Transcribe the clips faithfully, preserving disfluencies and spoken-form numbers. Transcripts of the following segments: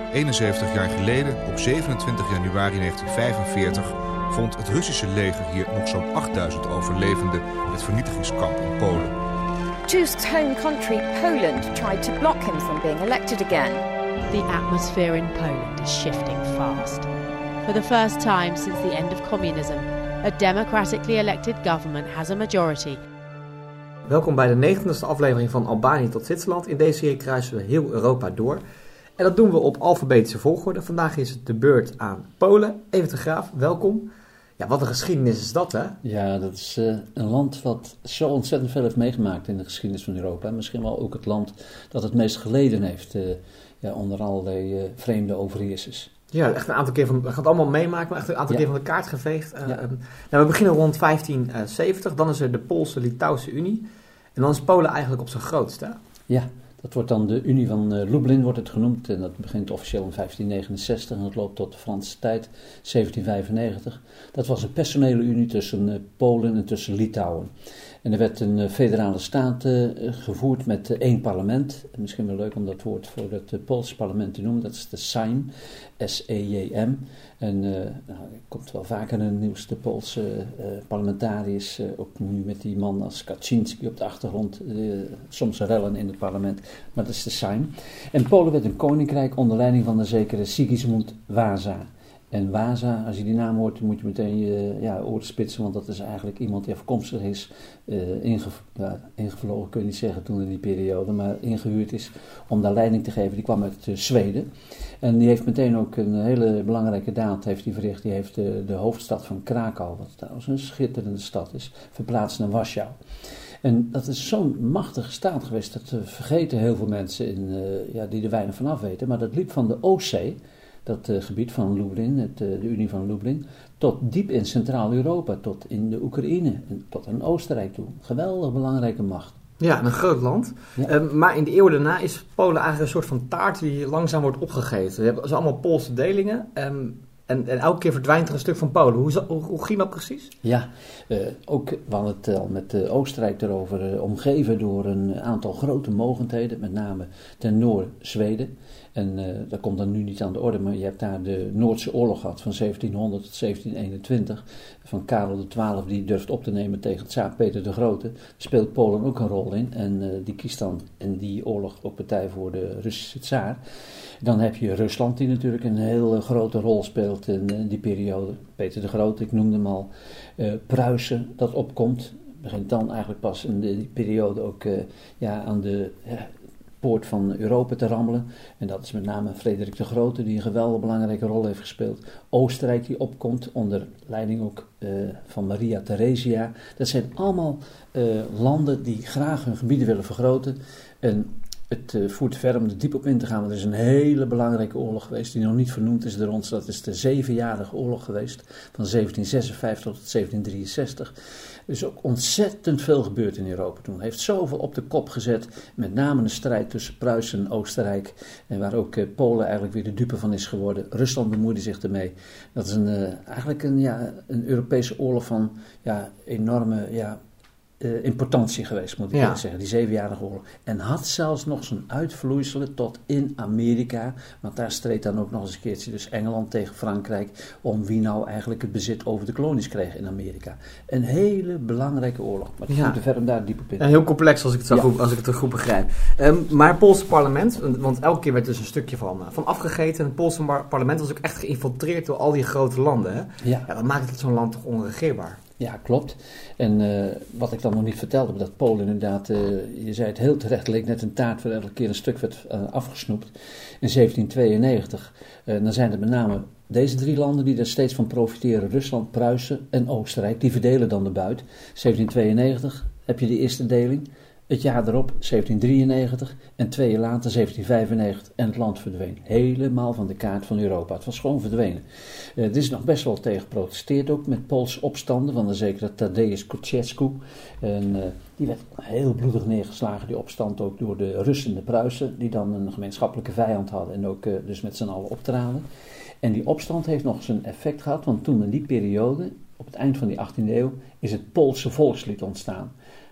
eenenzeventig jaar geleden, op zevenentwintig januari negentien vijfenveertig, vond het Russische leger hier nog zo'n achtduizend overlevenden in het vernietigingskamp in Polen. Tusk's home country, Poland, tried to block him from being elected again. The atmosphere in Poland is shifting fast. For the first time since the end of communism, a democratically elected government has a majority. Welkom bij de negentigste aflevering van Albanië tot Zwitserland. In deze serie kruisen we heel Europa door. En dat doen we op alfabetische volgorde. Vandaag is het de beurt aan Polen. Evert de Graaf, welkom. Ja, wat een geschiedenis is dat, hè? Ja, dat is uh, een land wat zo ontzettend veel heeft meegemaakt in de geschiedenis van Europa. En misschien wel ook het land dat het meest geleden heeft uh, ja, onder allerlei uh, vreemde overheersers. Ja, echt een aantal keer van, we gaan het allemaal meemaken, maar echt een aantal ja. keer van de kaart geveegd. Uh, ja. um, nou, we beginnen rond vijftien zeventig, dan is er de Poolse-Litouwse Unie. En dan is Polen eigenlijk op zijn grootst, hè? Ja, dat wordt dan de Unie van uh, Lublin, wordt het genoemd. En dat begint officieel in vijftien negenenzestig en dat loopt tot de Franse tijd, zeventien vijfennegentig. Dat was een personele unie tussen uh, Polen en tussen Litouwen. En er werd een uh, federale staat uh, gevoerd met uh, één parlement. En misschien wel leuk om dat woord voor het uh, Poolse parlement te noemen. Dat is de Sejm, S E J M. En uh, nou, er komt wel vaker in het nieuws de Poolse uh, parlementariërs, uh, ook nu met die man als Kaczynski op de achtergrond, uh, soms rellen in het parlement. Maar dat is de Sejm. En Polen werd een koninkrijk onder leiding van de zekere Sigismund Wasa. En Wasa, als je die naam hoort, moet je meteen je ja, oren spitsen, want dat is eigenlijk iemand die afkomstig is, uh, ingev- ja, ingevlogen kun je niet zeggen toen in die periode, maar ingehuurd is om daar leiding te geven. Die kwam uit uh, Zweden en die heeft meteen ook een hele belangrijke daad heeft die verricht. Die heeft uh, de hoofdstad van Krakau, wat trouwens een schitterende stad is, verplaatst naar Warschau. En dat is zo'n machtige staat geweest, dat uh, vergeten heel veel mensen in, uh, ja, die er weinig van af weten, maar dat liep van de Oostzee, dat uh, gebied van Lublin, het, uh, de Unie van Lublin, tot diep in Centraal-Europa, tot in de Oekraïne, en tot aan Oostenrijk toe. Geweldig belangrijke macht. Ja, een groot land. Ja. Uh, maar in de eeuwen daarna is Polen eigenlijk een soort van taart die langzaam wordt opgegeten. We hebben allemaal Poolse delingen. Um, En, en elke keer verdwijnt er een stuk van Polen. Hoe, hoe, hoe ging dat precies? Ja, uh, ook we hadden het al met uh, Oostenrijk erover, uh, omgeven door een aantal grote mogendheden, met name ten noorden Zweden. En uh, dat komt dan nu niet aan de orde, maar je hebt daar de Noordse oorlog gehad van zeventienhonderd tot zeventien eenentwintig. Van Karel de Twaalfde, die durft op te nemen tegen tsaar Peter de Grote. Daar speelt Polen ook een rol in en uh, die kiest dan in die oorlog ook partij voor de Russische tsaar. Dan heb je Rusland die natuurlijk een heel grote rol speelt in, in die periode. Peter de Grote, ik noemde hem al. Uh, Pruisen dat opkomt, begint dan eigenlijk pas in de, die periode ook uh, ja, aan de uh, poort van Europa te rammelen. En dat is met name Frederik de Grote die een geweldig belangrijke rol heeft gespeeld. Oostenrijk die opkomt onder leiding ook uh, van Maria Theresia. Dat zijn allemaal uh, landen die graag hun gebieden willen vergroten. En het uh, voert ver om er diep op in te gaan, want er is een hele belangrijke oorlog geweest die nog niet vernoemd is door ons. Dat is de zevenjarige oorlog geweest van zeventien zesenvijftig tot zeventien drieënzestig. Er is ook ontzettend veel gebeurd in Europa toen. Het heeft zoveel op de kop gezet, met name een strijd tussen Pruisen en Oostenrijk, en waar ook uh, Polen eigenlijk weer de dupe van is geworden. Rusland bemoeide zich ermee. Dat is een, uh, eigenlijk een, ja, een Europese oorlog van ja, enorme ja, Uh, importantie geweest, moet ik ja. zeggen, die zevenjarige oorlog. En had zelfs nog zijn uitvloeiselen tot in Amerika, want daar streed dan ook nog eens een keertje dus Engeland tegen Frankrijk, om wie nou eigenlijk het bezit over de kolonies kreeg in Amerika. Een hele belangrijke oorlog, maar het voert te ver om daar diep op in. Ja, heel complex als ik het zo ja. goed, als ik het goed begrijp. Um, maar het Poolse parlement, want elke keer werd dus een stukje van, van afgegeten, en het Poolse parlement was ook echt geïnfiltreerd door al die grote landen. Hè? Ja. Ja, dat maakt het zo'n land toch onregeerbaar. Ja, klopt. En uh, wat ik dan nog niet vertelde, dat Polen inderdaad, uh, je zei het heel terecht, leek net een taart waar elke keer een stuk werd uh, afgesnoept. In zeventien tweeënnegentig, uh, dan zijn het met name deze drie landen die er steeds van profiteren, Rusland, Pruisen en Oostenrijk, die verdelen dan de buit. zeventien tweeënnegentig heb je de eerste deling. Het jaar erop, zeventien drieënnegentig, en twee jaar later, zeventien vijfennegentig, en het land verdween. Helemaal van de kaart van Europa. Het was gewoon verdwenen. Uh, er is nog best wel tegen geprotesteerd ook, met Poolse opstanden van de zekere Tadeusz Kościuszko. En uh, die werd heel bloedig neergeslagen, die opstand ook door de Russen en de Pruisen, die dan een gemeenschappelijke vijand hadden en ook uh, dus met z'n allen optraden. En die opstand heeft nog zijn effect gehad, want toen in die periode, op het eind van die achttiende eeuw, is het Poolse volkslied ontstaan.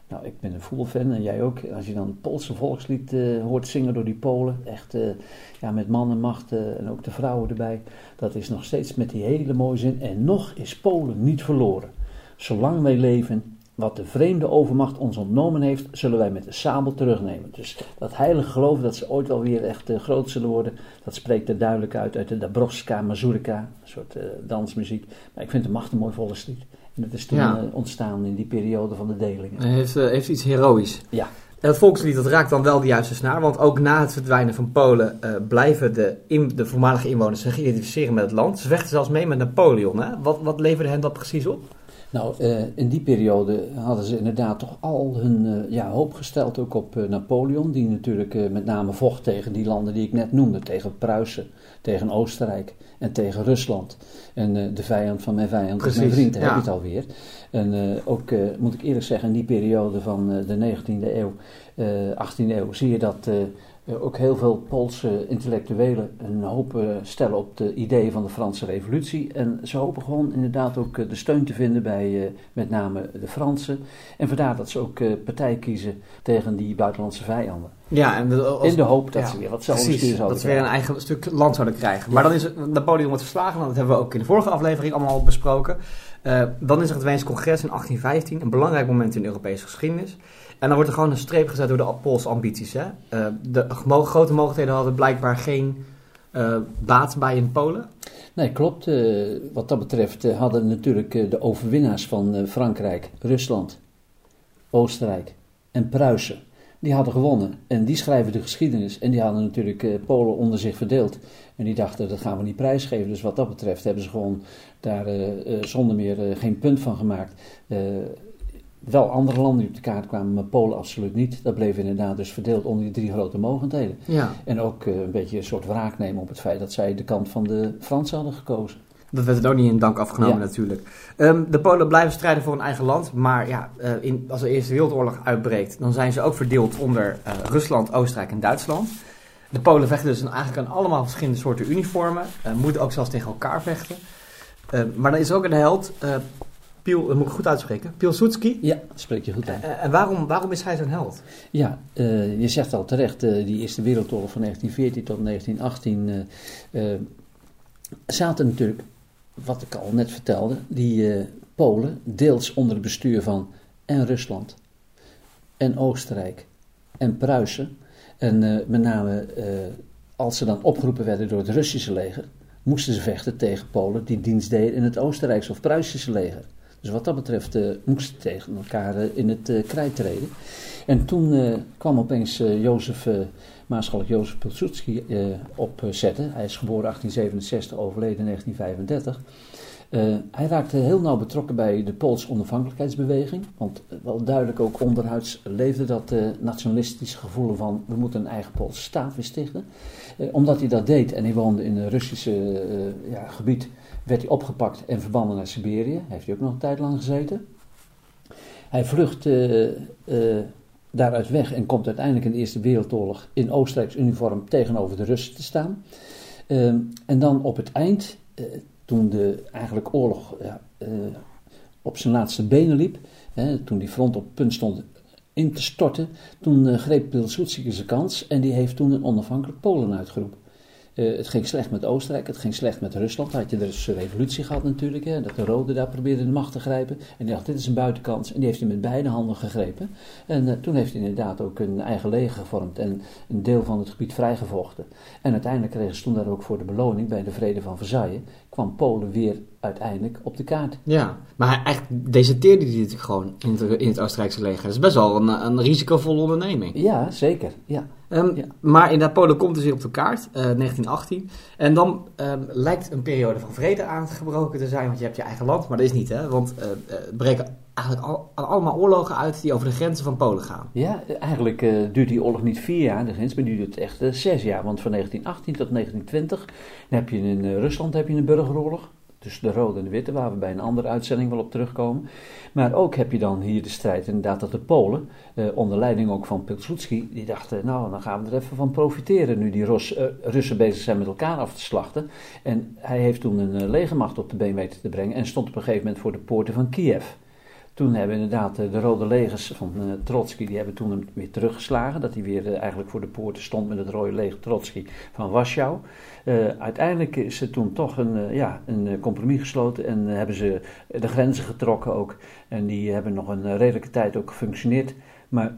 Nou, ik ben een voetbalfan en jij ook. Als je dan het Poolse volkslied uh, hoort zingen door die Polen, echt uh, ja, met man en macht uh, en ook de vrouwen erbij, dat is nog steeds met die hele mooie zin. En nog is Polen niet verloren. Zolang wij leven, wat de vreemde overmacht ons ontnomen heeft, zullen wij met de sabel terugnemen. Dus dat heilige geloof dat ze ooit wel weer echt uh, groot zullen worden, dat spreekt er duidelijk uit uit de Dabrowska Mazurka, een soort uh, dansmuziek. Maar ik vind het een machtig mooi volkslied. En dat is toen ja. uh, ontstaan in die periode van de delingen. Hij heeft, uh, heeft iets heroïs. Ja. En het volkslied dat raakt dan wel de juiste snaar, want ook na het verdwijnen van Polen uh, blijven de, in, de voormalige inwoners zich identificeren met het land. Ze vechten zelfs mee met Napoleon. Hè? Wat, wat leverde hen dat precies op? Nou, uh, in die periode hadden ze inderdaad toch al hun uh, ja, hoop gesteld ook op uh, Napoleon, die natuurlijk uh, met name vocht tegen die landen die ik net noemde, tegen Pruisen, tegen Oostenrijk en tegen Rusland. En uh, de vijand van mijn vijand is mijn vriend, daar ja. heb je het alweer. En uh, ook, uh, moet ik eerlijk zeggen, in die periode van uh, de negentiende eeuw, uh, achttiende eeuw, zie je dat uh, ook heel veel Poolse intellectuelen een hoop uh, stellen op de ideeën van de Franse revolutie. En ze hopen gewoon inderdaad ook uh, de steun te vinden bij uh, met name de Fransen. En vandaar dat ze ook uh, partij kiezen tegen die buitenlandse vijanden. Ja, en de, als, in de hoop dat ja, ze weer wat zouden sturen zouden dat ze weer een eigen stuk land zouden krijgen. Maar ja. dan is het, Napoleon wordt verslagen, dat hebben we ook in de vorige aflevering allemaal besproken. Uh, dan is er het Weens Congres in achttien vijftien, een belangrijk moment in de Europese geschiedenis. En dan wordt er gewoon een streep gezet door de Poolse ambities. Hè? Uh, de grote mogelijkheden hadden blijkbaar geen uh, baat bij in Polen. Nee, klopt. Uh, wat dat betreft uh, hadden natuurlijk uh, de overwinnaars van uh, Frankrijk, Rusland, Oostenrijk en Pruisen, die hadden gewonnen. En die schrijven de geschiedenis. En die hadden natuurlijk uh, Polen onder zich verdeeld. En die dachten, dat gaan we niet prijsgeven. Dus wat dat betreft hebben ze gewoon daar uh, uh, zonder meer uh, geen punt van gemaakt. Uh, wel andere landen die op de kaart kwamen, maar Polen absoluut niet. Dat bleef inderdaad dus verdeeld onder die drie grote mogendheden. Ja. En ook uh, een beetje een soort wraak nemen op het feit dat zij de kant van de Fransen hadden gekozen. Dat werd het ook niet in dank afgenomen ja. natuurlijk. Um, de Polen blijven strijden voor een eigen land, maar ja, uh, in, als de Eerste Wereldoorlog uitbreekt, dan zijn ze ook verdeeld onder uh, Rusland, Oostenrijk en Duitsland. De Polen vechten dus eigenlijk aan allemaal verschillende soorten uniformen, uh, moeten ook zelfs tegen elkaar vechten. Uh, maar dan is er ook een held, uh, Piel, dat moet ik goed uitspreken, Pilsudski. Ja, dat spreek je goed aan. Uh, en waarom, waarom is hij zo'n held? Ja, uh, je zegt al terecht, uh, die Eerste Wereldoorlog van negentien veertien tot negentien achttien uh, uh, zaten natuurlijk, wat ik al net vertelde, die uh, Polen deels onder het bestuur van en Rusland en Oostenrijk en Pruisen. En uh, met name uh, als ze dan opgeroepen werden door het Russische leger, moesten ze vechten tegen Polen die dienst deden in het Oostenrijkse of Pruisische leger. Dus wat dat betreft uh, moesten ze tegen elkaar uh, in het uh, krijt treden. En toen uh, kwam opeens uh, Jozef, uh, Maarschalk Jozef Pilsudski uh, opzetten. Hij is geboren achttien zevenenzestig, overleden negentien vijfendertig. Uh, hij raakte heel nauw betrokken bij de Poolse onafhankelijkheidsbeweging. Want uh, wel duidelijk ook onderhuids leefde dat uh, nationalistische gevoel van we moeten een eigen Poolse staat weer stichten. Uh, omdat hij dat deed en hij woonde in een Russische uh, ja, gebied, werd hij opgepakt en verbannen naar Siberië. Heeft hij ook nog een tijd lang gezeten. Hij vlucht uh, uh, daaruit weg en komt uiteindelijk in de Eerste Wereldoorlog in Oostenrijks uniform tegenover de Russen te staan. Uh, en dan op het eind, uh, toen de eigenlijk oorlog ja, uh, op zijn laatste benen liep, hè, toen die front op het punt stond in te storten, toen uh, greep Pilsudski zijn kans en die heeft toen een onafhankelijk Polen uitgeroepen. Uh, het ging slecht met Oostenrijk, het ging slecht met Rusland. Had je dus een revolutie gehad natuurlijk, hè, dat de Rode daar probeerde de macht te grijpen. En die dacht, dit is een buitenkans. En die heeft hij met beide handen gegrepen. En uh, toen heeft hij inderdaad ook een eigen leger gevormd en een deel van het gebied vrijgevochten. En uiteindelijk kregen ze toen daar ook voor de beloning bij de Vrede van Versailles, kwam Polen weer uiteindelijk op de kaart. Ja, maar hij, eigenlijk deserteerde hij natuurlijk gewoon in het, in het Oostenrijkse leger. Dat is best wel een, een risicovolle onderneming. Ja, zeker. Ja. Um, ja. Maar in Polen komt dus weer op de kaart, uh, negentien achttien. En dan um, lijkt een periode van vrede aangebroken te zijn, want je hebt je eigen land. Maar dat is niet, hè? Want uh, uh, breken eigenlijk al, allemaal oorlogen uit die over de grenzen van Polen gaan. Ja, eigenlijk uh, duurt die oorlog niet vier jaar, de grens, maar die duurt echt uh, zes jaar. Want van negentien achttien tot negentien twintig dan heb je in uh, Rusland heb je een burgeroorlog. Tussen de rode en de witte, waar we bij een andere uitzending wel op terugkomen. Maar ook heb je dan hier de strijd inderdaad dat de Polen, eh, onder leiding ook van Pilsudski, die dachten, nou dan gaan we er even van profiteren nu die Rus, uh, Russen bezig zijn met elkaar af te slachten. En hij heeft toen een uh, legermacht op de been weten te brengen en stond op een gegeven moment voor de poorten van Kiev. Toen hebben inderdaad de rode legers van uh, Trotsky, die hebben toen hem weer teruggeslagen. Dat hij weer uh, eigenlijk voor de poorten stond met het rode leger Trotsky van Warschau. Uh, uiteindelijk is er toen toch een, uh, ja, een compromis gesloten en uh, hebben ze de grenzen getrokken ook. En die hebben nog een uh, redelijke tijd ook gefunctioneerd. Maar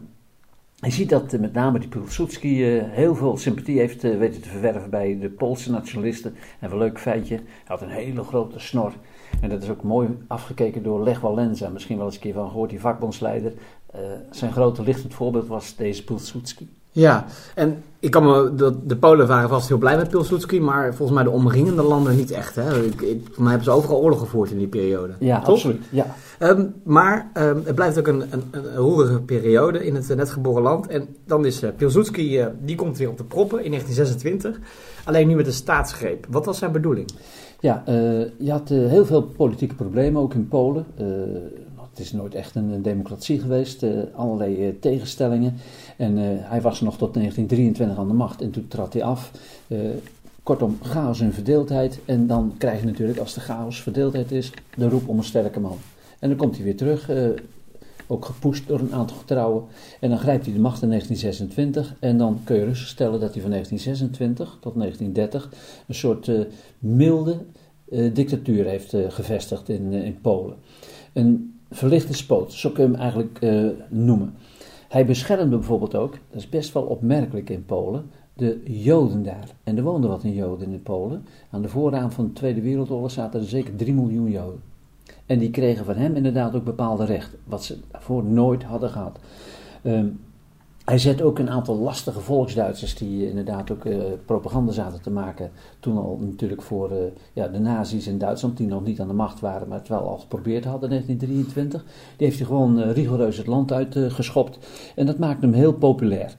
je ziet dat uh, met name die Pilsudski uh, heel veel sympathie heeft uh, weten te verwerven bij de Poolse nationalisten. En een leuk feitje, hij had een hele grote snor. En dat is ook mooi afgekeken door Lech Walesa, misschien wel eens een keer van gehoord, die vakbondsleider. Uh, zijn grote lichtend voorbeeld was deze Pilsudski. Ja, en ik kan me, de, de Polen waren vast heel blij met Pilsudski, maar volgens mij de omringende landen niet echt. Hè? Ik, ik, voor mij hebben ze overal oorlog gevoerd in die periode. Ja, toch? Absoluut. Ja. Um, maar um, het blijft ook een, een, een roerige periode in het uh, net geboren land. En dan is uh, Pilsudski, uh, die komt weer op de proppen in negentien zesentwintig. Alleen nu met een staatsgreep. Wat was zijn bedoeling? Ja, uh, je had uh, heel veel politieke problemen, ook in Polen. Uh, het is nooit echt een, een democratie geweest, uh, allerlei uh, tegenstellingen. En uh, hij was nog tot negentien drieëntwintig aan de macht en toen trad hij af. Uh, kortom, chaos en verdeeldheid. En dan krijg je natuurlijk, als de chaos verdeeldheid is, de roep om een sterke man. En dan komt hij weer terug, uh, ook gepusht door een aantal getrouwen. En dan grijpt hij de macht in negentien zesentwintig. En dan kun je rustig stellen dat hij van negentien zesentwintig tot negentien dertig een soort uh, milde uh, dictatuur heeft uh, gevestigd in, uh, in Polen. Een verlichte spoot, zo kun je hem eigenlijk uh, noemen. Hij beschermde bijvoorbeeld ook, dat is best wel opmerkelijk in Polen, de Joden daar. En er woonden wat in Joden in Polen. Aan de voorraad van de Tweede Wereldoorlog zaten er zeker drie miljoen Joden. En die kregen van hem inderdaad ook bepaalde rechten, wat ze daarvoor nooit hadden gehad. Um, hij zet ook een aantal lastige volksduitsers die inderdaad ook uh, propaganda zaten te maken. Toen al natuurlijk voor uh, ja, de nazi's in Duitsland, die nog niet aan de macht waren, maar het wel al geprobeerd hadden in negentien drieëntwintig. Die heeft hij gewoon uh, rigoureus het land uitgeschopt. Uh, en dat maakte hem heel populair.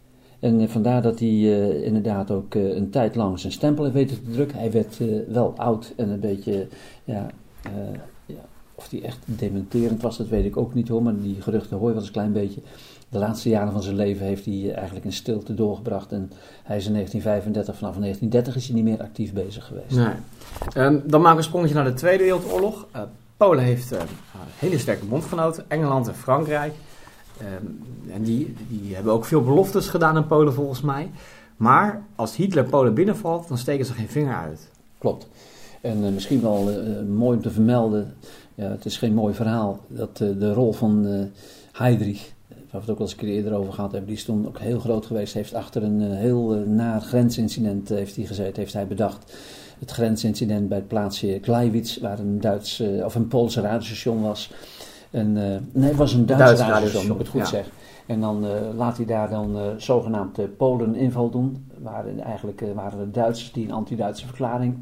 En uh, vandaar dat hij uh, inderdaad ook uh, een tijd lang zijn stempel heeft weten te drukken. Hij werd uh, wel oud en een beetje, ja... Uh, ja of hij echt dementerend was, dat weet ik ook niet hoor, maar die geruchten hoor je wel eens een klein beetje. De laatste jaren van zijn leven heeft hij eigenlijk in stilte doorgebracht en hij is in negentien vijfendertig, vanaf negentien dertig is hij niet meer actief bezig geweest. Nee. Um, dan maken we een sprongetje naar de Tweede Wereldoorlog. Uh, Polen heeft uh, hele sterke bondgenoten, Engeland en Frankrijk. Um, en die, die hebben ook veel beloftes gedaan aan Polen volgens mij. Maar als Hitler Polen binnenvalt, dan steken ze geen vinger uit. Klopt. En uh, misschien wel uh, mooi om te vermelden, ja, het is geen mooi verhaal, dat uh, de rol van uh, Heydrich, waar we het ook al eens een keer eerder over gehad hebben, die is toen ook heel groot geweest, heeft achter een uh, heel uh, naar grensincident uh, heeft hij gezeten, heeft hij bedacht. Het grensincident bij het plaatsje Gleiwitz, waar een Duits, uh, of een Poolse radiostation was. En, uh, nee, het was een Duits, Duits radiostation, moet ik het goed ja. zeggen. En dan uh, laat hij daar dan uh, zogenaamd uh, Polen een inval doen, waar eigenlijk uh, waren de Duitsers die een anti-Duitse verklaring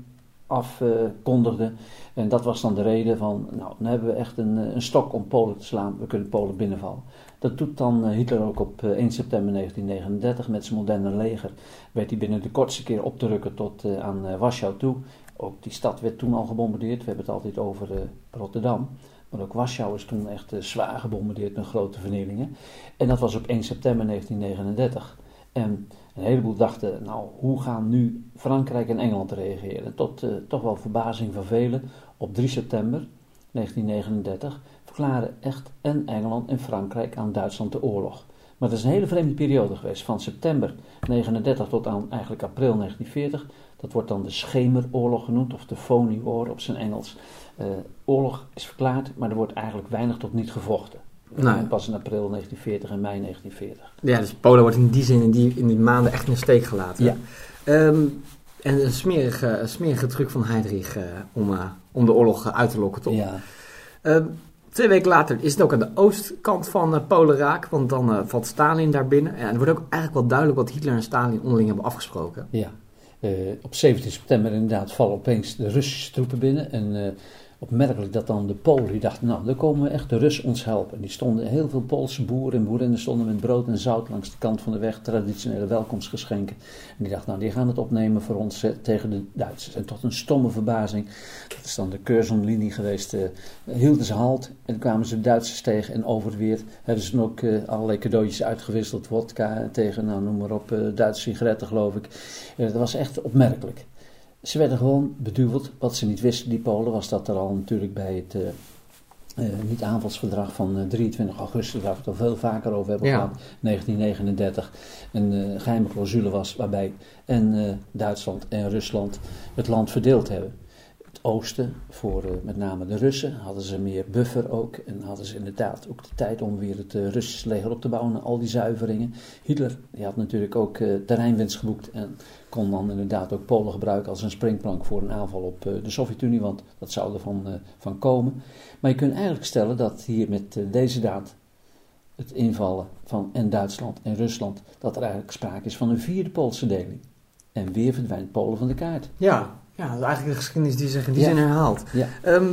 afkondigde. Uh, en dat was dan de reden van, nou, dan hebben we echt een, een stok om Polen te slaan. We kunnen Polen binnenvallen. Dat doet dan uh, Hitler ook op uh, één september negentien negenendertig met zijn moderne leger. Werd hij binnen de kortste keer op te rukken tot uh, aan uh, Warschau toe. Ook die stad werd toen al gebombardeerd. We hebben het altijd over uh, Rotterdam. Maar ook Warschau is toen echt uh, zwaar gebombardeerd met grote vernielingen. En dat was op één september negentien negenendertig. En een heleboel dachten, nou, hoe gaan nu Frankrijk en Engeland reageren? Tot uh, toch wel verbazing van velen, op drie september negentien negenendertig verklaren echt en Engeland en Frankrijk aan Duitsland de oorlog. Maar dat is een hele vreemde periode geweest, van september negenendertig tot aan eigenlijk april negentien veertig. Dat wordt dan de schemeroorlog genoemd, of de Phony War op zijn Engels. Uh, oorlog is verklaard, maar er wordt eigenlijk weinig tot niet gevochten. Nee. Pas in april negentien veertig en mei negentien veertig. Ja, dus Polen wordt in die zin in die, in die maanden echt in de steek gelaten. Ja. Um, en een smerige, een smerige truc van Heydrich uh, om, uh, om de oorlog uh, uit te lokken, toch? Ja. Um, twee weken later is het ook aan de oostkant van uh, Polen raak, want dan uh, valt Stalin daar binnen. En het wordt ook eigenlijk wel duidelijk wat Hitler en Stalin onderling hebben afgesproken. Ja, uh, op zeventien september inderdaad vallen opeens de Russische troepen binnen en... Uh, Opmerkelijk dat dan de Polen, die dachten, nou, dan komen we echt de Russen ons helpen. Die stonden, heel veel Poolse boeren en boerinnen stonden met brood en zout langs de kant van de weg, traditionele welkomstgeschenken. En die dachten, nou, die gaan het opnemen voor ons eh, tegen de Duitsers. En tot een stomme verbazing, dat is dan de Curzon-linie geweest, eh, hielden ze halt en dan kwamen ze de Duitsers tegen en overweerd. Hebben ze dan ook eh, allerlei cadeautjes uitgewisseld, wodka tegen, nou, noem maar op, eh, Duitse sigaretten geloof ik. Eh, dat was echt opmerkelijk. Ze werden gewoon beduweld. Wat ze niet wisten, die Polen, was dat er al natuurlijk bij het uh, Uh, niet aanvalsverdrag van uh, drieëntwintig augustus, waar we het al veel vaker over hebben Ja. gehad, negentien negenendertig, een uh, geheime clausule was waarbij en uh, Duitsland en Rusland het land verdeeld hebben. Het oosten, voor uh, met name de Russen, hadden ze meer buffer ook en hadden ze inderdaad ook de tijd om weer het uh, Russische leger op te bouwen, al die zuiveringen. Hitler, die had natuurlijk ook uh, terreinwinst geboekt en kon dan inderdaad ook Polen gebruiken als een springplank voor een aanval op uh, de Sovjet-Unie, want dat zou er van, uh, van komen. Maar je kunt eigenlijk stellen dat hier met uh, deze daad, het invallen van en Duitsland en Rusland, dat er eigenlijk sprake is van een vierde Poolse deling. En weer verdwijnt Polen van de kaart. Ja, ja, dat is eigenlijk de geschiedenis die zich in die Ja. zin herhaalt. Ja. Um,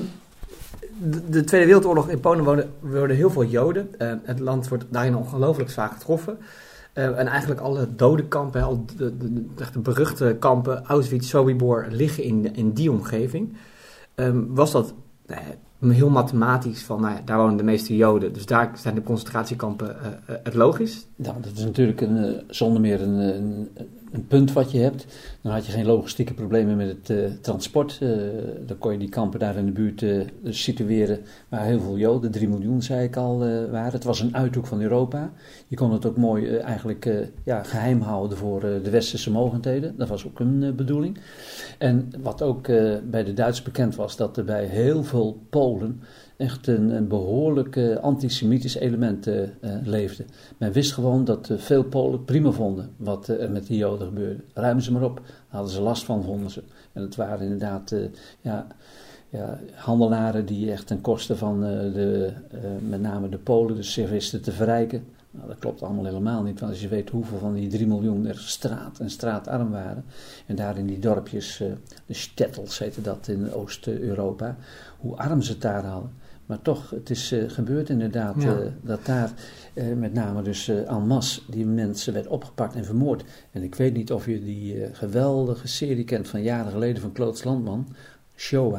de, de Tweede Wereldoorlog in Polen wonen, wonen heel veel Joden. Uh, het land wordt daarin ongelooflijk zwaar getroffen. Uh, en eigenlijk alle dodenkampen, al de, de, de, de beruchte kampen, Auschwitz, Sobibor, liggen in, in die omgeving. Um, was dat nou ja, heel mathematisch van, nou ja, daar wonen de meeste Joden, dus daar zijn de concentratiekampen uh, uh, het logisch? Nou, dat is natuurlijk een, uh, zonder meer een, een, een punt wat je hebt. Dan had je geen logistieke problemen met het uh, transport. Uh, dan kon je die kampen daar in de buurt uh, situeren waar heel veel Joden, drie miljoen zei ik al, uh, waren. Het was een uithoek van Europa. Je kon het ook mooi uh, eigenlijk uh, ja, geheim houden voor uh, de westerse mogendheden. Dat was ook een uh, bedoeling. En wat ook uh, bij de Duitsers bekend was, dat er bij heel veel Polen echt een, een behoorlijk uh, antisemitisch element uh, uh, leefde. Men wist gewoon dat uh, veel Polen prima vonden wat uh, er met die Joden gebeurde. Ruimen ze maar op, daar hadden ze last van, vonden ze. En het waren inderdaad uh, ja, ja, handelaren die echt ten koste van uh, de, uh, met name de Polen, de zich wisten te verrijken. Nou, dat klopt allemaal helemaal niet, want als je weet hoeveel van die drie miljoen er straat en straatarm waren, en daar in die dorpjes, uh, de stettels heette dat in Oost-Europa, hoe arm ze het daar hadden. Maar toch, het is uh, gebeurd inderdaad ja. uh, dat daar uh, met name dus uh, en masse die mensen werd opgepakt en vermoord. En ik weet niet of je die uh, geweldige serie kent van jaren geleden van Claude Landman, Shoah.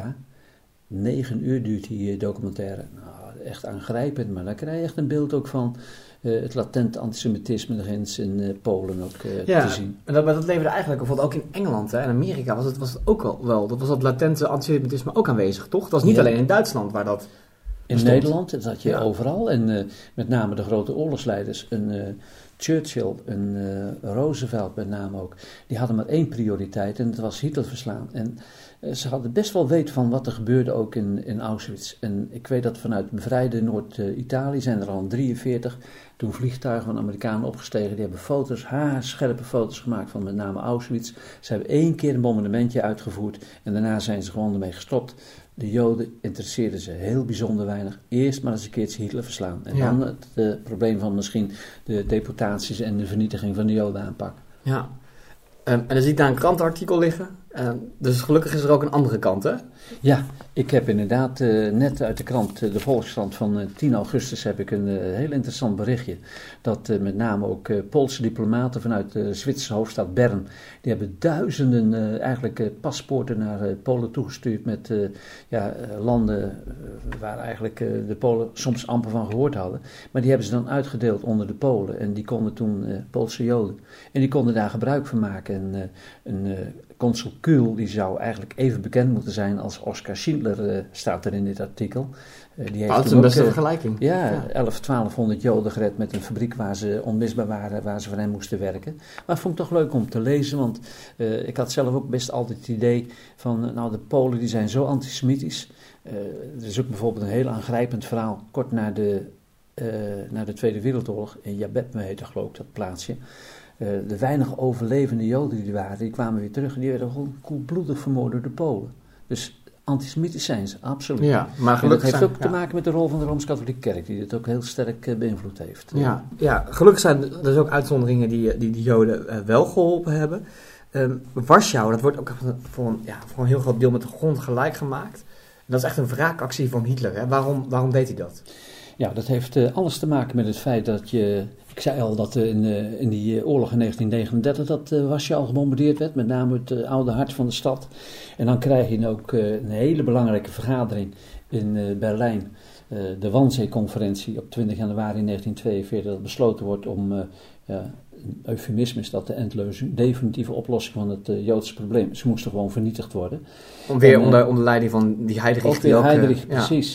Negen uur duurt die uh, documentaire. Nou, echt aangrijpend, maar daar krijg je echt een beeld ook van uh, het latente antisemitisme ergens in uh, Polen ook uh, ja, te zien. En dat, maar dat leverde eigenlijk, bijvoorbeeld ook in Engeland hè, en Amerika was het, was het ook al wel, dat was dat latente antisemitisme ook aanwezig, toch? Dat was niet ja. alleen in Duitsland waar dat in bestond. Nederland, dat had je ja. overal. En uh, met name de grote oorlogsleiders, een uh, Churchill, een uh, Roosevelt met name ook, die hadden maar één prioriteit en dat was Hitler verslaan. En uh, ze hadden best wel weten van wat er gebeurde ook in, in Auschwitz. En ik weet dat vanuit bevrijde Noord-Italië zijn er al drieënveertig toen vliegtuigen van Amerikanen opgestegen. Die hebben foto's, haarscherpe foto's gemaakt van met name Auschwitz. Ze hebben één keer een bombardementje uitgevoerd en daarna zijn ze gewoon ermee gestopt. De Joden interesseerden ze heel bijzonder weinig. Eerst maar eens een keertje Hitler verslaan. En ja. dan het uh, probleem van misschien de deportaties en de vernietiging van de Joden aanpakken. Ja, um, en dan zie ik daar een krantenartikel liggen. Um, dus gelukkig is er ook een andere kant, hè? Ja, ik heb inderdaad uh, net uit de krant, uh, de Volkskrant van uh, tien augustus, heb ik een uh, heel interessant berichtje. Dat uh, met name ook uh, Poolse diplomaten vanuit de Zwitserse hoofdstad Bern, die hebben duizenden uh, eigenlijk uh, paspoorten naar uh, Polen toegestuurd met uh, ja, uh, landen uh, waar eigenlijk uh, de Polen soms amper van gehoord hadden. Maar die hebben ze dan uitgedeeld onder de Polen en die konden toen uh, Poolse Joden. En die konden daar gebruik van maken. En uh, een uh, consul Kuhl, die zou eigenlijk even bekend moeten zijn als Oskar Schindler, uh, staat er in dit artikel. Uh, die heeft dat is een beste uh, vergelijking. Ja, ja. elf, twaalfhonderd Joden gered met een fabriek waar ze onmisbaar waren, waar ze van hen moesten werken. Maar ik vond het toch leuk om te lezen, want uh, ik had zelf ook best altijd het idee van, uh, nou de Polen die zijn zo antisemitisch. Uh, er is ook bijvoorbeeld een heel aangrijpend verhaal, kort na de, uh, na de Tweede Wereldoorlog, in Jabetme heette geloof ik dat plaatsje. Uh, de weinig overlevende Joden die er waren, die kwamen weer terug en die werden gewoon koelbloedig vermoord door de Polen. Dus antisemitisch zijn ze, absoluut. Ja, maar gelukkig en dat heeft zijn, ook ja. te maken met de rol van de Rooms-Katholieke Kerk, die dit ook heel sterk uh, beïnvloed heeft. Ja, ja, gelukkig zijn er dus ook uitzonderingen die die, die Joden uh, wel geholpen hebben. Um, Warschau, dat wordt ook voor een, ja, voor een heel groot deel met de grond gelijk gemaakt. En dat is echt een wraakactie van Hitler. Hè? Waarom, waarom deed hij dat? Ja, dat heeft uh, alles te maken met het feit dat je... Ik zei al dat uh, in, uh, in die uh, oorlog in negentien negenendertig dat uh, Warschau gebombardeerd werd, met name het uh, oude hart van de stad. En dan krijg je ook uh, een hele belangrijke vergadering in uh, Berlijn, uh, de Wannsee-conferentie op twintig januari negentien tweeënveertig, dat besloten wordt om, uh, ja, een eufemisme is dat de endleuze, definitieve oplossing van het uh, Joodse probleem. Ze moesten gewoon vernietigd worden. Om weer en, uh, onder, onder leiding van die Heydrich. Ook weer Heydrich, uh, precies. Ja.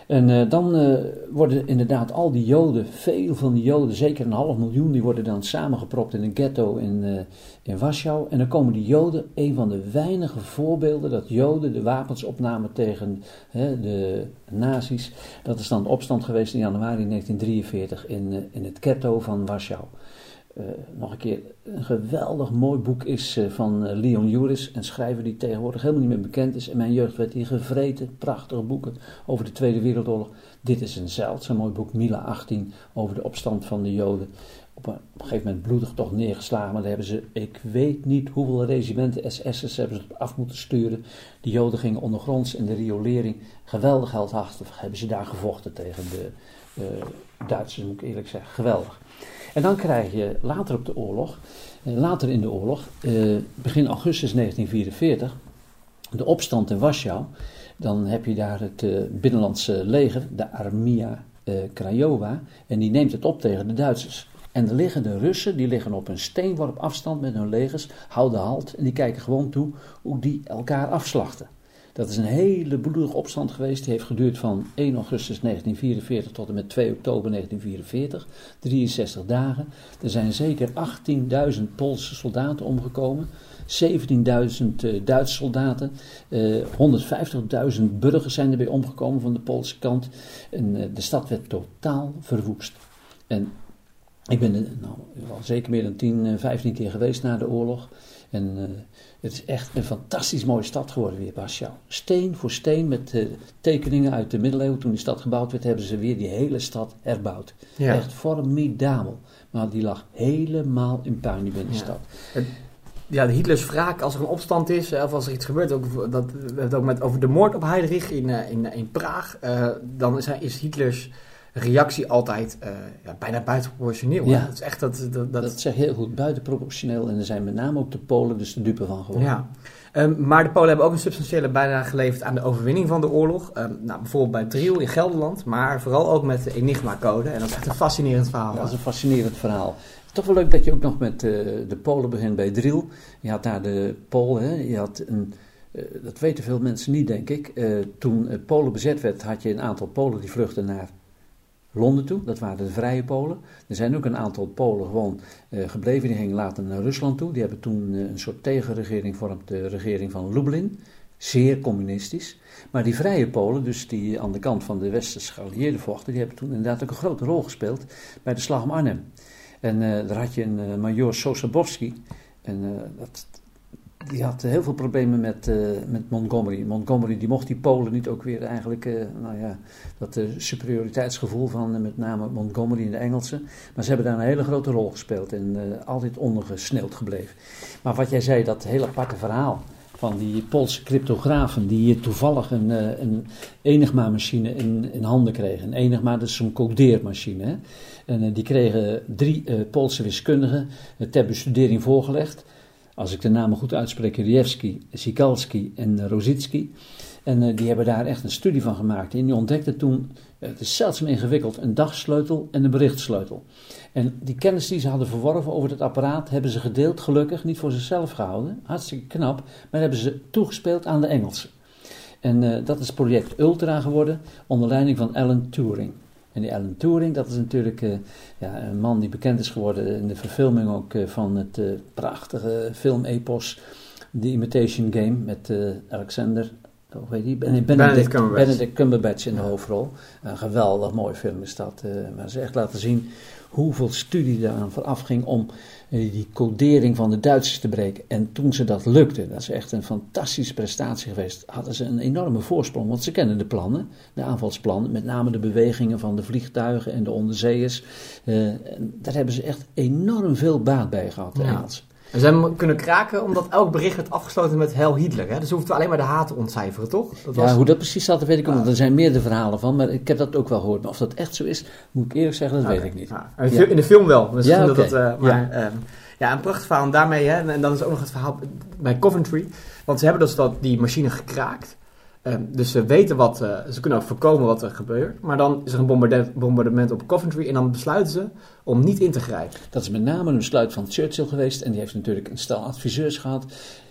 En uh, dan uh, worden inderdaad al die Joden, veel van die Joden, zeker een half miljoen, die worden dan samengepropt in een ghetto in, uh, in Warschau. En dan komen die Joden, een van de weinige voorbeelden dat Joden de wapens opnamen tegen hè, de nazi's. Dat is dan de opstand geweest in januari negentien drieënveertig in, uh, in het ghetto van Warschau. Uh, nog een keer, een geweldig mooi boek is uh, van uh, Leon Uris, een schrijver die tegenwoordig helemaal niet meer bekend is. In mijn jeugd werd hij gevreten, prachtige boeken over de Tweede Wereldoorlog. Dit is een zeldzaam mooi boek, Mila achttien, over de opstand van de Joden. Op een, op een gegeven moment bloedig toch neergeslagen, maar daar hebben ze, ik weet niet hoeveel regimenten S S'ers hebben ze af moeten sturen. De Joden gingen ondergronds in de riolering, geweldig heldhaftig hebben ze daar gevochten tegen de uh, Duitsers, moet ik eerlijk zeggen, geweldig. En dan krijg je later op de oorlog, later in de oorlog, eh, begin augustus negentien vierenveertig, de opstand in Warschau. Dan heb je daar het uh, binnenlandse leger, de Armia uh, Krajowa, en die neemt het op tegen de Duitsers. En er liggen de Russen, die liggen op een steenworp afstand met hun legers, houden halt en die kijken gewoon toe hoe die elkaar afslachten. Dat is een hele bloedige opstand geweest. Die heeft geduurd van één augustus negentien vierenveertig tot en met twee oktober negentien vierenveertig. drieënzestig dagen. Er zijn zeker achttienduizend Poolse soldaten omgekomen. zeventienduizend uh, Duitse soldaten. Uh, honderdvijftigduizend burgers zijn erbij omgekomen van de Poolse kant. En uh, de stad werd totaal verwoest. En ik ben er nou, al zeker meer dan tien, vijftien keer geweest na de oorlog. En uh, het is echt een fantastisch mooie stad geworden weer, Warschau. Steen voor steen met uh, tekeningen uit de middeleeuwen. Toen die stad gebouwd werd, hebben ze weer die hele stad herbouwd. Ja. Echt formidabel. Maar die lag helemaal in puin, die binnenstad. Ja. Ja, de Hitlers wraak als er een opstand is, of als er iets gebeurt, ook, dat, we hebben het ook met, over de moord op Heydrich in, in, in Praag, uh, dan is, is Hitlers reactie altijd uh, ja, bijna buitenproportioneel. Ja. Dat is echt dat, dat, dat... dat zeg je heel goed, buitenproportioneel. En er zijn met name ook de Polen dus de dupe van geworden. Ja. Um, maar de Polen hebben ook een substantiële bijdrage geleverd aan de overwinning van de oorlog. Um, nou, bijvoorbeeld bij Driel in Gelderland, maar vooral ook met de Enigma-code. En dat is echt een fascinerend verhaal. Dat is een fascinerend verhaal. Toch wel leuk dat je ook nog met uh, de Polen begint bij Driel. Je had daar de Polen, hè? Je had een... Uh, dat weten veel mensen niet, denk ik. Uh, toen uh, Polen bezet werd, had je een aantal Polen die vluchtten naar Londen toe. Dat waren de vrije Polen. Er zijn ook een aantal Polen gewoon uh, gebleven. Die gingen later naar Rusland toe. Die hebben toen uh, een soort tegenregering gevormd, de regering van Lublin. Zeer communistisch. Maar die vrije Polen, dus die aan de kant van de westerse geallieerden vochten, die hebben toen inderdaad ook een grote rol gespeeld bij de slag om Arnhem. En uh, daar had je een uh, major Sosabowski. En uh, dat... Die had heel veel problemen met, uh, met Montgomery. Montgomery die mocht die Polen niet ook weer eigenlijk, uh, nou ja, dat uh, superioriteitsgevoel van uh, met name Montgomery en de Engelsen. Maar ze hebben daar een hele grote rol gespeeld en uh, altijd ondergesneeuwd gebleven. Maar wat jij zei, dat hele aparte verhaal van die Poolse cryptografen die toevallig een, uh, een Enigma-machine in, in handen kregen. Een Enigma, dat is zo'n codeermachine. Hè? En uh, die kregen drie uh, Poolse wiskundigen uh, ter bestudering voorgelegd. Als ik de namen goed uitspreek, Riewski, Sikalski en Rosicki. En uh, die hebben daar echt een studie van gemaakt. En die ontdekten toen, uh, het is zeldzaam ingewikkeld, een dagsleutel en een berichtsleutel. En die kennis die ze hadden verworven over het apparaat, hebben ze gedeeld, gelukkig, niet voor zichzelf gehouden. Hartstikke knap, maar hebben ze toegespeeld aan de Engelsen. En uh, dat is het project Ultra geworden, onder leiding van Alan Turing. En die Alan Turing, dat is natuurlijk uh, ja, een man die bekend is geworden in de verfilming ook uh, van het uh, prachtige film-epos The Imitation Game met uh, Alexander, hoe heet die? Benedict, Benedict, Cumberbatch. Benedict Cumberbatch in de hoofdrol. Een geweldig mooi film is dat. Uh, maar ze echt laten zien hoeveel studie daaraan vooraf ging om uh, die codering van de Duitsers te breken. En toen ze dat lukte, dat is echt een fantastische prestatie geweest, hadden ze een enorme voorsprong. Want ze kennen de plannen, de aanvalsplannen, met name de bewegingen van de vliegtuigen en de onderzeeërs. Uh, daar hebben ze echt enorm veel baat bij gehad, de ja. Engelsen. En ze hebben kunnen kraken omdat elk bericht werd afgesloten met Heil Hitler. Hè? Dus hoefden we alleen maar de H te ontcijferen, toch? Dat was... Ja, hoe dat precies zat, dat weet ik ook. Ja. Er zijn meerdere verhalen van, maar ik heb dat ook wel gehoord. Maar of dat echt zo is, moet ik eerlijk zeggen, dat okay. weet ik niet. Ja. In, ja. in de film wel. Dus ja, dat okay. dat, uh, maar, ja. Um, ja, een prachtig verhaal. En daarmee, hè, en dan is ook nog het verhaal bij Coventry. Want ze hebben dus dat, die machine gekraakt. Um, dus ze weten wat, uh, ze kunnen ook voorkomen wat er gebeurt. Maar dan is er een bombardement, bombardement op Coventry en dan besluiten ze om niet in te grijpen. Dat is met name een besluit van Churchill geweest. En die heeft natuurlijk een stel adviseurs gehad.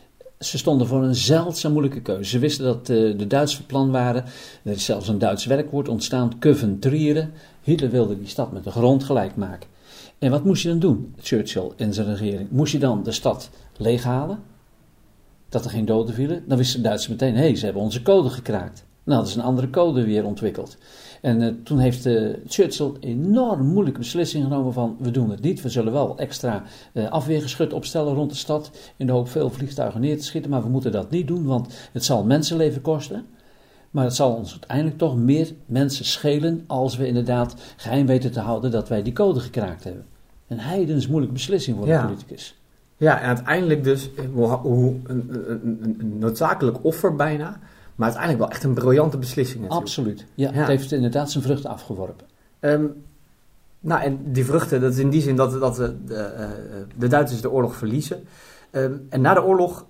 ze stonden voor een zeldzaam moeilijke keuze. Ze wisten dat uh, de Duitsers van plan waren. Er is zelfs een Duits werkwoord ontstaan, Coventrieren. Hitler wilde die stad met de grond gelijk maken. En wat moest je dan doen, Churchill en zijn regering? Moest je dan de stad leeghalen? Dat er geen doden vielen? Dan wisten de Duitsers meteen, hé, hey, ze hebben onze code gekraakt. Nou, dat is een andere code weer ontwikkeld. En uh, toen heeft uh, Churchill een enorm moeilijke beslissing genomen van, we doen het niet. We zullen wel extra uh, afweergeschut opstellen rond de stad, in de hoop veel vliegtuigen neer te schieten. Maar we moeten dat niet doen, want het zal mensenleven kosten. Maar het zal ons uiteindelijk toch meer mensen schelen als we inderdaad geheim weten te houden dat wij die code gekraakt hebben. Een heidens moeilijke beslissing voor een ja. politicus. Ja, en uiteindelijk dus hoe, hoe, een, een, een noodzakelijk offer bijna, maar uiteindelijk wel echt een briljante beslissing natuurlijk. Absoluut, ja, ja. Het heeft inderdaad zijn vruchten afgeworpen. Um, nou, en die vruchten, dat is in die zin dat, dat de, de, de Duitsers de oorlog verliezen. Um, en na de oorlog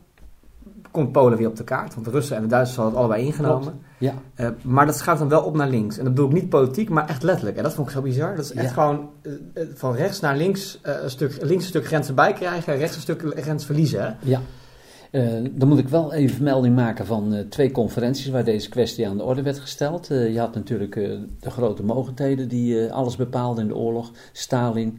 komt Polen weer op de kaart, want de Russen en de Duitsers hadden het allebei ingenomen. Ja. Uh, maar dat schuift dan wel op naar links. En dat bedoel ik niet politiek, maar echt letterlijk. En dat vond ik zo bizar. Dat is echt ja. gewoon uh, van rechts naar links, uh, een stuk, links een stuk grenzen bij krijgen, rechts een stuk grens verliezen. Hè? Ja. Uh, dan moet ik wel even vermelding maken van uh, twee conferenties waar deze kwestie aan de orde werd gesteld. Uh, je had natuurlijk uh, de grote mogendheden die uh, alles bepaalden in de oorlog. Stalin,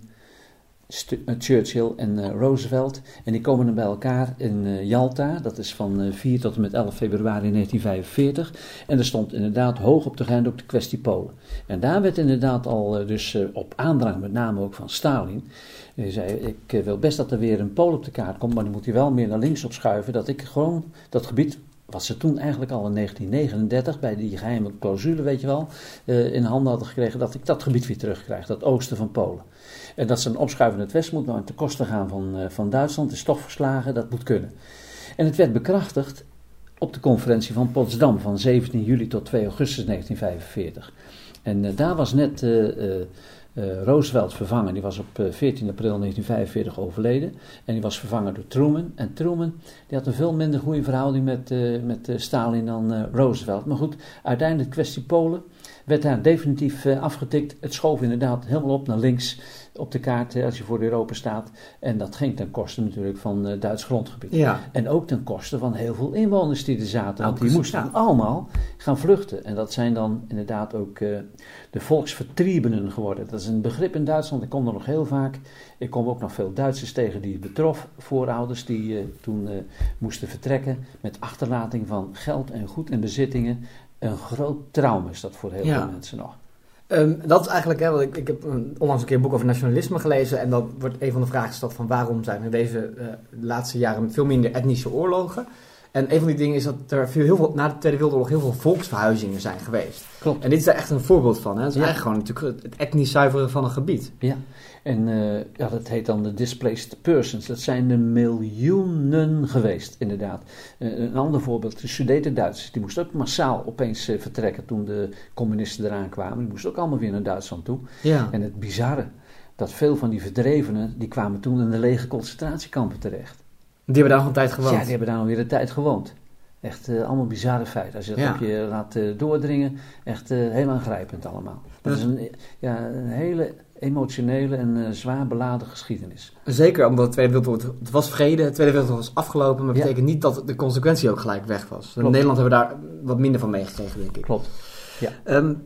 St- uh, Churchill en uh, Roosevelt. En die komen dan bij elkaar in uh, Jalta. Dat is van uh, vier tot en met elf februari negentien vijfenveertig. En er stond inderdaad hoog op de agenda ook de kwestie Polen. En daar werd inderdaad al uh, dus uh, op aandrang met name ook van Stalin. Hij zei, ik uh, wil best dat er weer een Polen op de kaart komt, maar dan moet hij wel meer naar links opschuiven. Dat ik gewoon dat gebied, wat ze toen eigenlijk al in negentien negenendertig bij die geheime clausule, weet je wel, uh, in handen hadden gekregen, dat ik dat gebied weer terugkrijg, dat oosten van Polen. En dat ze een opschuiven naar het westen moet, nou ten koste gaan van, uh, van Duitsland, is toch verslagen, dat moet kunnen. En het werd bekrachtigd op de conferentie van Potsdam van zeventien juli tot twee augustus negentien vijfenveertig. En uh, daar was net uh, uh, uh, Roosevelt vervangen, die was op uh, veertien april negentien vijfenveertig overleden. En die was vervangen door Truman. En Truman die had een veel minder goede verhouding met, uh, met uh, Stalin dan uh, Roosevelt. Maar goed, uiteindelijk de kwestie Polen werd daar definitief uh, afgetikt. Het schoof inderdaad helemaal op naar links op de kaart als je voor Europa staat. En dat ging ten koste natuurlijk van uh, Duits grondgebied. Ja. En ook ten koste van heel veel inwoners die er zaten. Want die moesten ja. allemaal gaan vluchten. En dat zijn dan inderdaad ook uh, de volksvertriebenen geworden. Dat is een begrip in Duitsland. Ik kom er nog heel vaak. Ik kom ook nog veel Duitsers tegen die betrof. Voorouders die uh, toen uh, moesten vertrekken met achterlating van geld en goed en bezittingen. Een groot trauma is dat voor heel ja. veel mensen nog. Um, dat is eigenlijk, hè, want ik, ik heb een, onlangs een keer een boek over nationalisme gelezen en dan wordt een van de vragen gesteld van waarom zijn er deze uh, laatste jaren veel minder etnische oorlogen. En een van die dingen is dat er veel, heel veel, na de Tweede Wereldoorlog heel veel volksverhuizingen zijn geweest. Klopt. En dit is daar echt een voorbeeld van. Hè? Dat is ja. eigenlijk gewoon natuurlijk het etnisch zuiveren van een gebied. Ja, en uh, ja, dat heet dan de displaced persons. Dat zijn er miljoenen geweest, inderdaad. Uh, een ander voorbeeld, de Sudeten-Duitsers. Die moesten ook massaal opeens uh, vertrekken toen de communisten eraan kwamen. Die moesten ook allemaal weer naar Duitsland toe. Ja. En het bizarre, dat veel van die verdrevenen, die kwamen toen in de lege concentratiekampen terecht. Die hebben daar nog een tijd gewoond? Ja, die hebben daar nog weer een tijd gewoond. Echt uh, allemaal bizarre feiten. Als je dat ja. op je laat uh, doordringen, echt uh, heel aangrijpend allemaal. Dat is een, ja, een hele emotionele en uh, zwaar beladen geschiedenis. Zeker, omdat de Tweede Wereldoorlog, het was vrede, de Tweede Wereldoorlog was afgelopen, maar dat ja. betekent niet dat de consequentie ook gelijk weg was. In Nederland hebben we daar wat minder van meegekregen, denk ik. Klopt, ja. Um,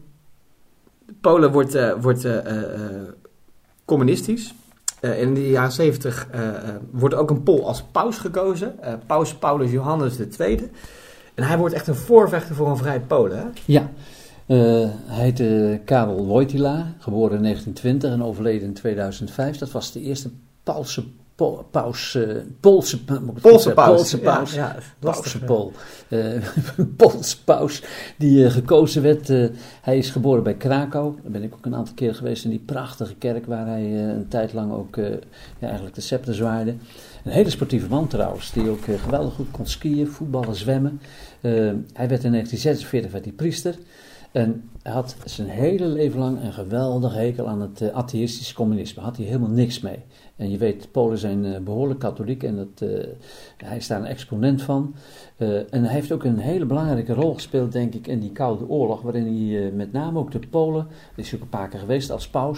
Polen wordt, uh, wordt uh, uh, communistisch. Uh, in de jaren zeventig uh, uh, wordt ook een Pool als paus gekozen. Uh, paus Paulus Johannes de Tweede. En hij wordt echt een voorvechter voor een vrij Polen, hè? Ja, uh, hij heette Karol Wojtyla, geboren in negentien twintig en overleden in tweeduizend vijf. Dat was de eerste Poolse po- paus, uh, Poolse, Poolse paus. Poolse paus, ja, ja, Poolse Pool. Uh, Poolse paus die uh, gekozen werd. Uh, hij is geboren bij Krakau. Daar ben ik ook een aantal keer geweest in die prachtige kerk waar hij uh, een tijd lang ook uh, ja, eigenlijk de scepter zwaaide. Een hele sportieve man trouwens, die ook uh, geweldig goed kon skiën, voetballen, zwemmen. Uh, hij werd in negentien zesenveertig werd hij priester. En hij had zijn hele leven lang een geweldig hekel aan het uh, atheïstische communisme. Had hij helemaal niks mee. En je weet, Polen zijn uh, behoorlijk katholiek en dat, uh, hij is daar een exponent van. Uh, en hij heeft ook een hele belangrijke rol gespeeld, denk ik, in die Koude Oorlog. Waarin hij uh, met name ook de Polen, die is ook een paar keer geweest als paus,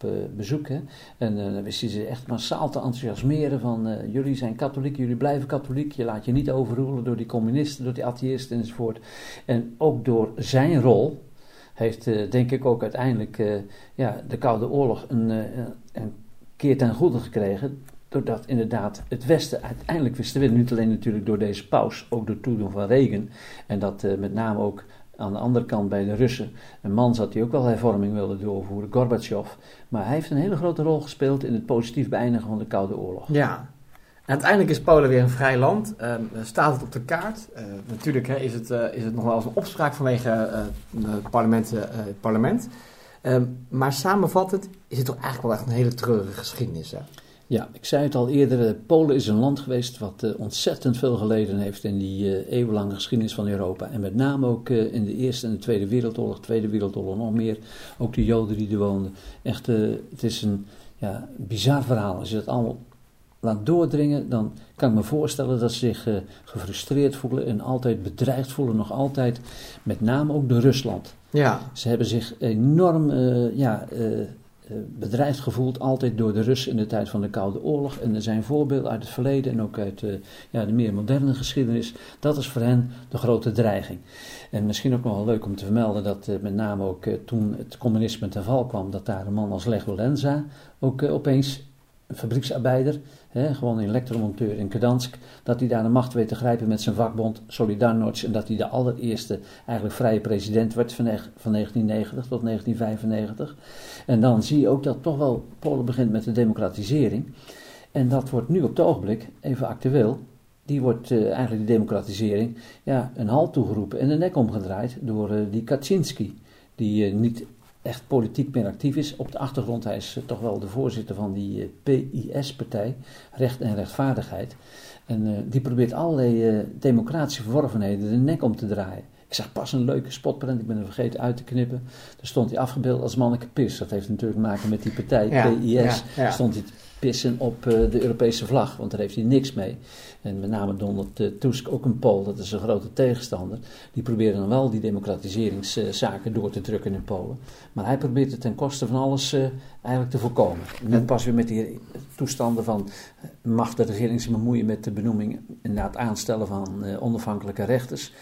op uh, bezoek. Hè? En uh, dan wist hij ze echt massaal te enthousiasmeren van uh, jullie zijn katholiek, jullie blijven katholiek. Je laat je niet overroelen door die communisten, door die atheïsten enzovoort. En ook door zijn rol heeft uh, denk ik ook uiteindelijk uh, ja, de Koude Oorlog een, uh, een keer ten goede gekregen. Doordat inderdaad het Westen uiteindelijk wist te winnen. Niet alleen natuurlijk door deze paus, ook door toedoen van Reagan. En dat uh, met name ook aan de andere kant bij de Russen een man zat die ook wel hervorming wilde doorvoeren, Gorbachev. Maar hij heeft een hele grote rol gespeeld in het positief beëindigen van de Koude Oorlog. Ja, en uiteindelijk is Polen weer een vrij land. Uh, staat het op de kaart. Uh, natuurlijk hè, is, het, uh, is het nog wel eens een opspraak vanwege uh, het parlement. Uh, het parlement. Uh, maar samenvattend is het toch eigenlijk wel echt een hele treurige geschiedenis, hè? Ja, ik zei het al eerder, Polen is een land geweest wat uh, ontzettend veel geleden heeft in die uh, eeuwenlange geschiedenis van Europa. En met name ook uh, in de Eerste en de Tweede Wereldoorlog, Tweede Wereldoorlog nog meer. Ook de Joden die er woonden. Echt, uh, het is een ja, bizar verhaal. Als je dat allemaal laat doordringen, dan kan ik me voorstellen dat ze zich uh, gefrustreerd voelen en altijd bedreigd voelen. Nog altijd, met name ook door Rusland. Ja. Ze hebben zich enorm, uh, ja... Uh, bedreigd gevoeld, altijd door de Russen in de tijd van de Koude Oorlog. En er zijn voorbeelden uit het verleden en ook uit uh, ja, de meer moderne geschiedenis. Dat is voor hen de grote dreiging. En misschien ook nog wel leuk om te vermelden dat uh, met name ook uh, toen het communisme ten val kwam, dat daar een man als Lech Walesa ook uh, opeens een fabrieksarbeider, hè, gewoon een elektromonteur in Gdansk, dat hij daar de macht weet te grijpen met zijn vakbond Solidarność en dat hij de allereerste eigenlijk vrije president werd van, van negentien negentig tot negentien vijfennegentig. En dan zie je ook dat toch wel Polen begint met de democratisering. En dat wordt nu op het ogenblik, even actueel, die wordt uh, eigenlijk die democratisering ja, een halt toegeroepen en de nek omgedraaid door uh, die Kaczynski, die uh, niet echt politiek meer actief is. Op de achtergrond, hij is uh, toch wel de voorzitter van die uh, P I S-partij, Recht en Rechtvaardigheid. En uh, die probeert allerlei uh, democratische verworvenheden de nek om te draaien. Ik zag pas een leuke spotprint, ik ben er vergeten uit te knippen. Daar stond hij afgebeeld als manneke Pis. Dat heeft natuurlijk te maken met die partij, ja, P I S. Ja, ja. Stond hij te pissen op uh, de Europese vlag, want daar heeft hij niks mee. En met name Donald uh, Tusk, ook een Pool, dat is een grote tegenstander. Die proberen dan wel die democratiseringszaken uh, door te drukken in Polen. Maar hij probeert het ten koste van alles uh, eigenlijk te voorkomen. Nu pas weer met die toestanden van uh, mag de regering zich bemoeien met de benoeming en het aanstellen van uh, onafhankelijke rechters.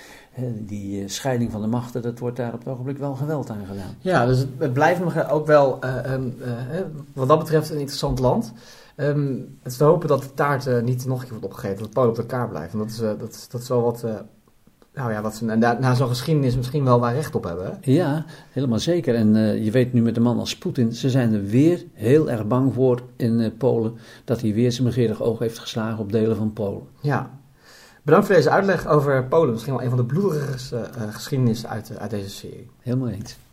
Die scheiding van de machten, dat wordt daar op het ogenblik wel geweld aan gedaan. Ja, dus het, het blijft nog ook wel, uh, um, uh, wat dat betreft, een interessant land. Um, het is te hopen dat de taart uh, niet nog een keer wordt opgegeten, dat Polen op elkaar blijft. Want dat is, uh, dat is, dat is wel wat, uh, nou ja, wat ze na, na zo'n geschiedenis misschien wel waar recht op hebben. Hè? Ja, helemaal zeker. En uh, je weet nu met een man als Poetin, ze zijn er weer heel erg bang voor in uh, Polen, dat hij weer zijn begeerig oog heeft geslagen op delen van Polen. Ja. Bedankt voor deze uitleg over Polen. Misschien wel een van de bloedigste uh, geschiedenissen uit, uh, uit deze serie. Helemaal eens.